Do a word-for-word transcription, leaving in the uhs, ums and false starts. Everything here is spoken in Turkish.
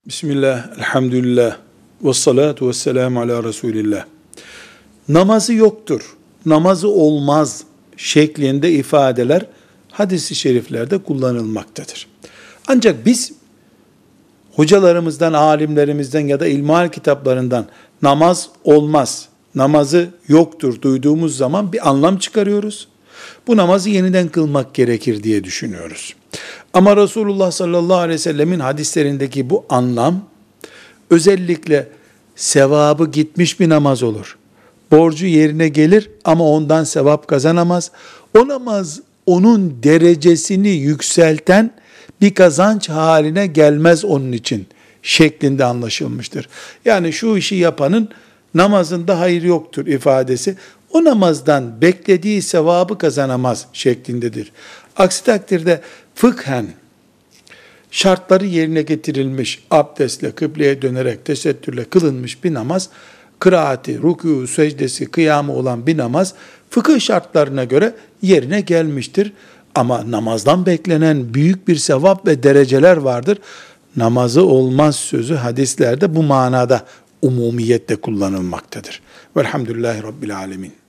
Bismillah, elhamdülillah, ve salatu ve selamu ala Resulillah. Namazı yoktur, namazı olmaz şeklinde ifadeler hadis-i şeriflerde kullanılmaktadır. Ancak biz hocalarımızdan, alimlerimizden ya da ilmihal kitaplarından namaz olmaz, namazı yoktur duyduğumuz zaman bir anlam çıkarıyoruz. Bu namazı yeniden kılmak gerekir diye düşünüyoruz. Ama Resulullah sallallahu aleyhi ve sellemin hadislerindeki bu anlam, özellikle sevabı gitmiş bir namaz olur. Borcu yerine gelir ama ondan sevap kazanamaz. O namaz onun derecesini yükselten bir kazanç haline gelmez onun için şeklinde anlaşılmıştır. Yani şu işi yapanın namazında hayır yoktur ifadesi, o namazdan beklediği sevabı kazanamaz şeklindedir. Aksi takdirde fıkhen şartları yerine getirilmiş, abdestle, kıbleye dönerek, tesettürle kılınmış bir namaz, kıraati, rükû, secdesi, kıyamı olan bir namaz, fıkıh şartlarına göre yerine gelmiştir. Ama namazdan beklenen büyük bir sevap ve dereceler vardır. Namazı olmaz sözü hadislerde bu manada umumiyette kullanılmaktadır. Velhamdülillahi Rabbil Alemin.